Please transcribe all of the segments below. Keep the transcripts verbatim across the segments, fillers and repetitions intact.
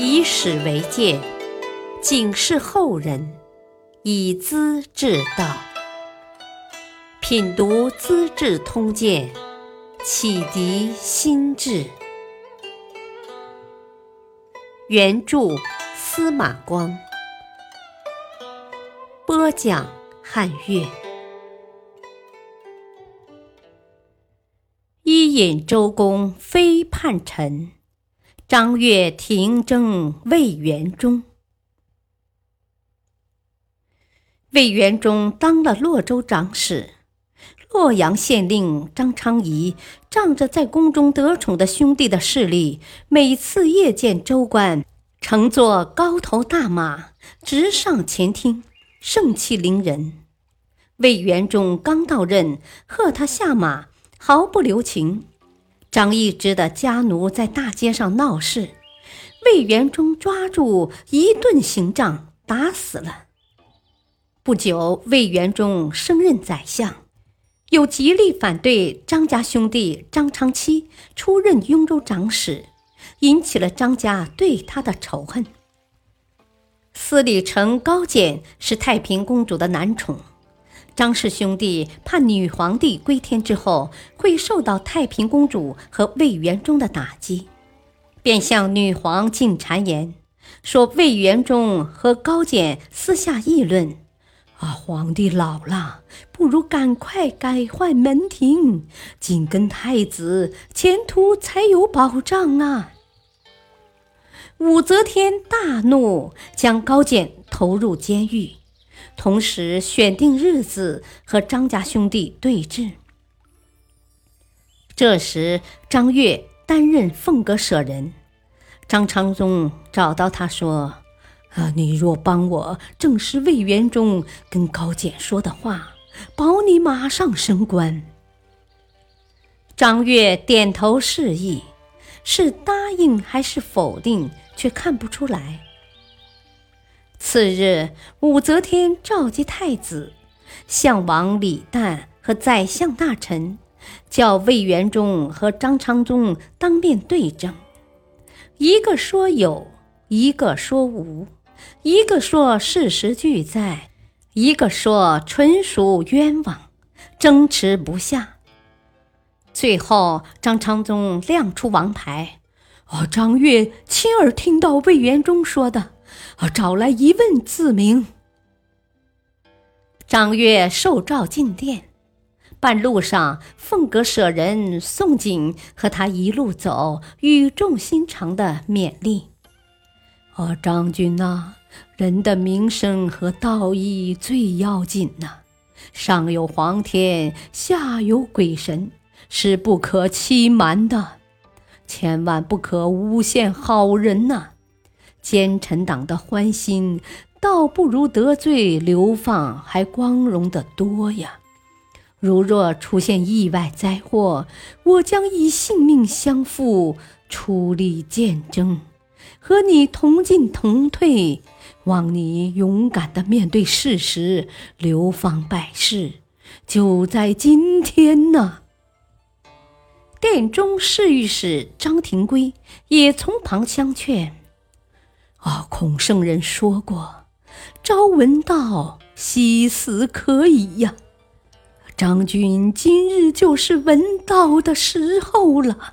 以史为鉴，警示后人，以资治道。品读《资治通鉴》，启迪心智。原著司马光，播讲汉乐。伊尹周公非叛臣，张悦停征魏元忠。魏元忠当了洛州长史，洛阳县令张昌仪仗着在宫中得宠的兄弟的势力，每次夜见州官，乘坐高头大马直上前厅，盛气凌人。魏元忠刚到任，喝他下马，毫不留情。张易之的家奴在大街上闹事，魏元忠抓住一顿刑杖，打死了。不久，魏元忠升任宰相，又极力反对张家兄弟张昌期出任雍州长史，引起了张家对他的仇恨。司礼丞高简是太平公主的男宠，张氏兄弟怕女皇帝归天之后会受到太平公主和魏元忠的打击，便向女皇进谗言，说魏元忠和高简私下议论，啊，皇帝老了，不如赶快改换门庭，紧跟太子，前途才有保障啊。武则天大怒，将高简投入监狱，同时选定日子和张家兄弟对峙。这时张悦担任凤阁舍人，张昌宗找到他说，啊，你若帮我证实魏元忠跟高简说的话，保你马上升官。张悦点头示意，是答应还是否定却看不出来。次日，武则天召集太子、相王李旦和宰相大臣，叫魏元忠和张昌宗当面对证，一个说有，一个说无，一个说事实俱在，一个说纯属冤枉，争持不下。最后张昌宗亮出王牌，哦，张悦亲耳听到魏元忠说的，哦，找来一问自明。张悦受诏进殿，半路上凤阁舍人宋璟和他一路走，语重心长地勉励，哦，张君啊，人的名声和道义最要紧呐、啊，上有皇天，下有鬼神，是不可欺瞒的，千万不可诬陷好人呐、啊。奸臣党的欢心，倒不如得罪流放还光荣得多呀。如若出现意外灾祸，我将以性命相付，出力见证，和你同进同退，望你勇敢地面对事实，流芳百世，就在今天呢。殿中侍御史张廷圭也从旁相劝，啊，孔圣人说过，朝闻道，夕死可以呀。张君今日就是闻道的时候了。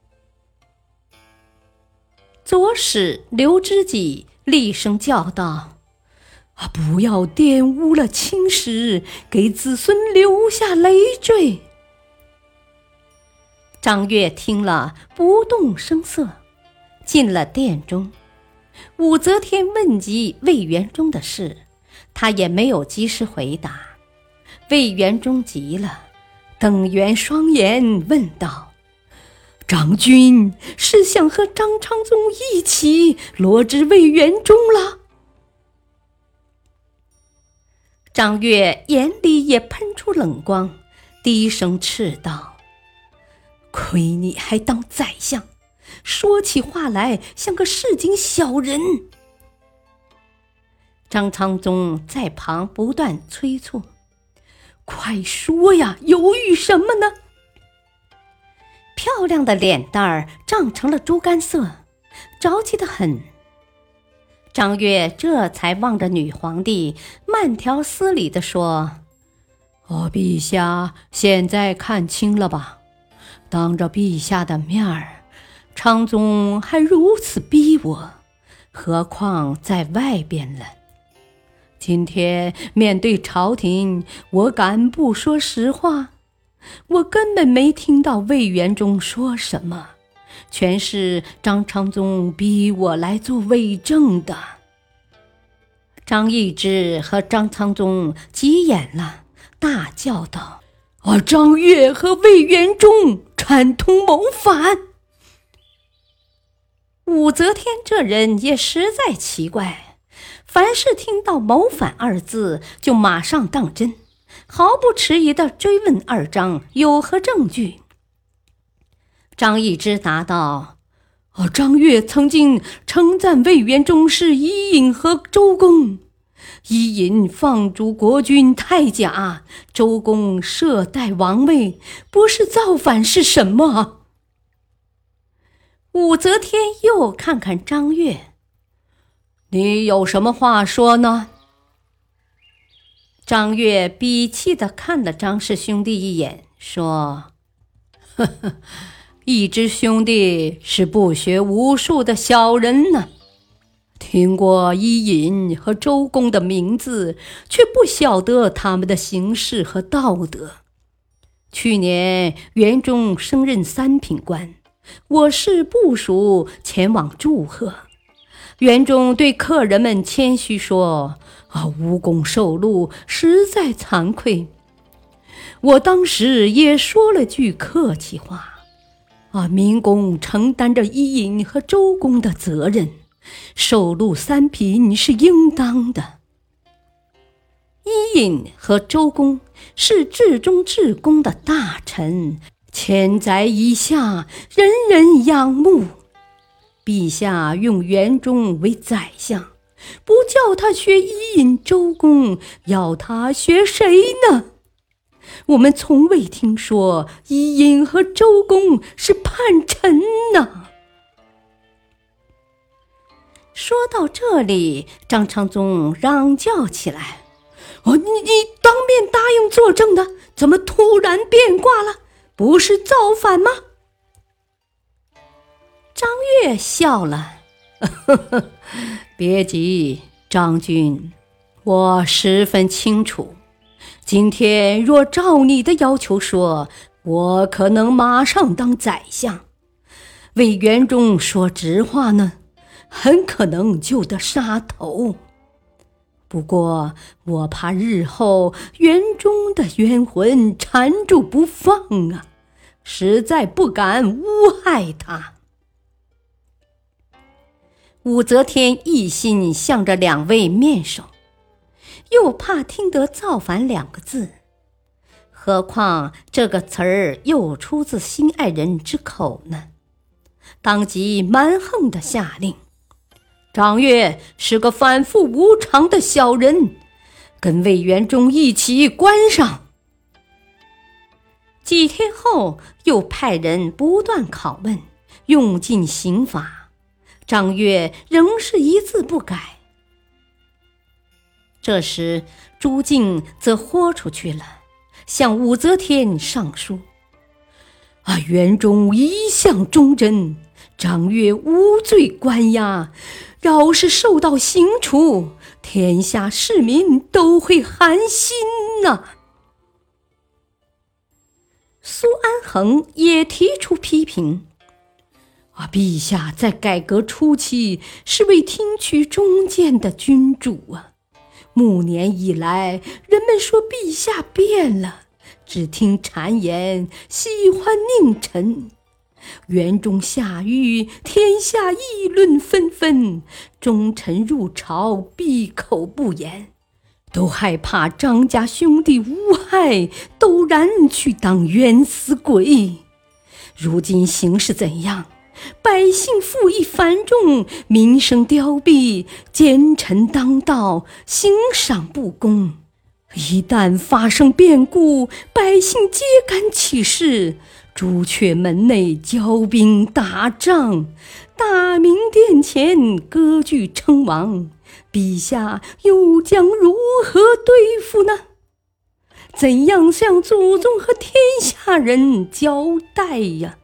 左史刘知己厉声叫道，啊，不要玷污了青史，给子孙留下累赘。张悦听了不动声色，进了殿中。武则天问及魏元忠的事，他也没有及时回答。魏元忠急了，瞪圆双眼问道，张君是想和张昌宗一起罗织魏元忠了？张悦眼里也喷出冷光，低声斥道，亏你还当宰相，说起话来像个市井小人。张昌宗在旁不断催促，快说呀，犹豫什么呢？漂亮的脸蛋儿涨成了猪肝色，着急得很。 张悦这才望着女皇帝，慢条斯理地说：哦，陛下现在看清了吧？当着陛下的面儿，昌宗还如此逼我，何况在外边了？今天面对朝廷，我敢不说实话？我根本没听到魏元忠说什么，全是张昌宗逼我来做魏政的。张易之和张昌宗急眼了，大叫道：啊，张悦和魏元忠串通谋反！武则天这人也实在奇怪，凡是听到谋反二字就马上当真，毫不迟疑地追问二张有何证据。张易之答道：哦，张悦曾经称赞魏元忠是伊尹和周公，伊尹放逐国君太甲，周公摄代王位，不是造反是什么？武则天又看看张悦：你有什么话说呢？张悦鄙弃地看了张氏兄弟一眼，说：呵呵，一只兄弟是不学无术的小人呢，听过伊尹和周公的名字，却不晓得他们的行事和道德。去年元忠升任三品官，我是部属前往祝贺。元忠对客人们谦虚说：啊，无功受禄，实在惭愧。我当时也说了句客气话：啊，明公承担着伊尹和周公的责任，受禄三品是应当的。伊尹和周公是至忠至公的大臣，千载以下，人人仰慕。陛下用元忠为宰相，不叫他学伊尹、周公，要他学谁呢？我们从未听说伊尹和周公是叛臣呢。说到这里，张昌宗嚷叫起来：哦，你你当面答应作证的，怎么突然变卦了？不是造反吗？张悦笑了：呵呵，别急，张君，我十分清楚，今天若照你的要求说，我可能马上当宰相。魏元忠说直话呢，很可能就得杀头。不过我怕日后元忠的冤魂缠住不放啊，实在不敢诬害他。武则天一心向着两位面首，又怕听得造反两个字，何况这个词儿又出自心爱人之口呢？当即蛮横地下令：张悦是个反复无常的小人，跟魏元忠一起关上。几天后，又派人不断拷问，用尽刑罚。张悦仍是一字不改。这时朱敬则豁出去了，向武则天上书：啊，元忠一向忠贞，张悦无罪关押，要是受到刑处，天下市民都会寒心呐、啊。苏安衡也提出批评：啊，陛下在改革初期是位听取忠谏的君主啊，暮年以来，人们说陛下变了，只听谗言，喜欢佞臣。元忠下狱，天下议论纷纷，忠臣入朝，闭口不言，都害怕张家兄弟无害，陡然去当冤死鬼。如今形势怎样？百姓负义繁重，民生凋敝，奸臣当道，刑赏不公。一旦发生变故，百姓皆感其事， 朱雀门内骄兵打仗，大明殿前割据称王，陛下又将如何对付呢？怎样向祖宗和天下人交代呀？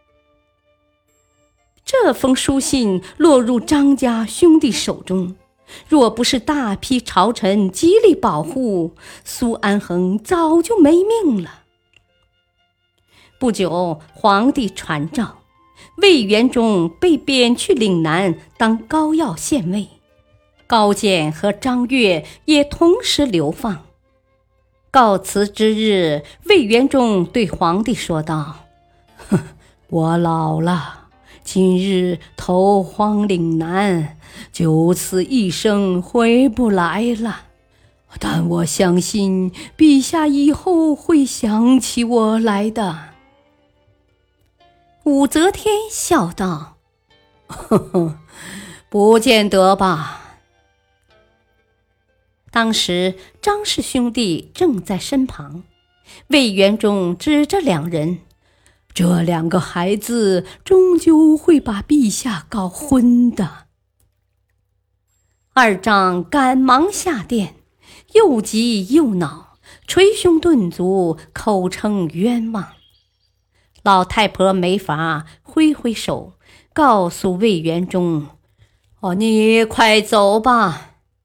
这封书信落入张家兄弟手中，若不是大批朝臣极力保护，苏安衡早就没命了。不久，皇帝传诏，魏元忠被贬去岭南当膏药县尉，高渐和张悦也同时流放。告辞之日，魏元忠对皇帝说道：“哼，我老了，今日投荒岭南，就此一生回不来了。但我相信陛下以后会想起我来的。”武则天笑道：“呵呵，不见得吧。”当时张氏兄弟正在身旁，魏元忠指着两人：“这两个孩子终究会把陛下搞昏的。”二丈赶忙下殿，又急又恼，捶胸顿足，口称冤枉。老太婆没法，挥挥手告诉魏元忠：“哦，你快走吧。”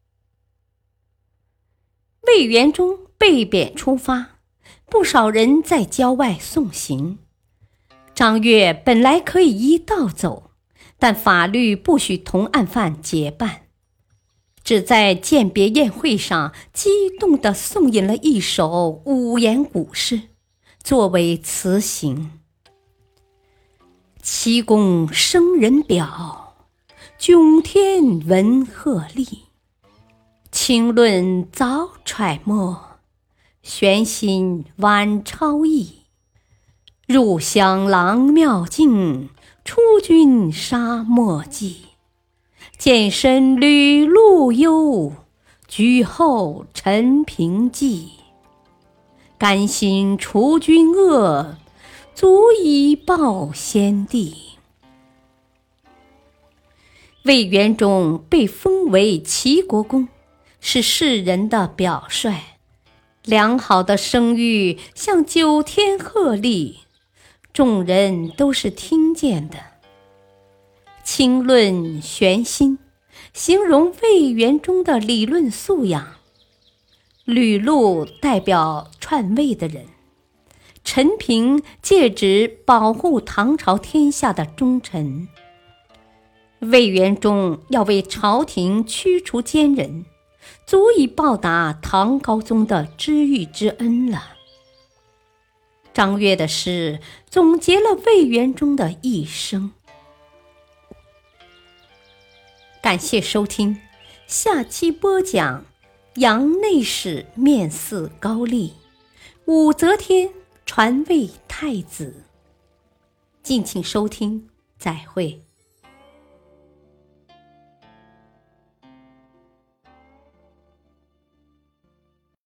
魏元忠被贬出发，不少人在郊外送行。张悦本来可以一道走，但法律不许同案犯结伴，只在饯别宴会上激动地诵吟了一首五言古诗，作为辞行：“齐公生人表，迥天文鹤立。清论早揣摩，玄心晚超逸。入襄郎庙境，出军沙漠记。见身履路幽，居后陈平记。甘心除君恶，足以报先帝。”魏元忠被封为齐国公，是世人的表率，良好的声誉像九天鹤立，众人都是听见的。清论玄心，形容魏元忠的理论素养；履路代表篡位的人；陈平借指保护唐朝天下的忠臣。魏元忠要为朝廷驱除奸人，足以报答唐高宗的知遇之恩了。张悦的诗总结了魏元忠的一生。感谢收听，下期播讲杨内史面似高丽，武则天传位太子。敬请收听，再会。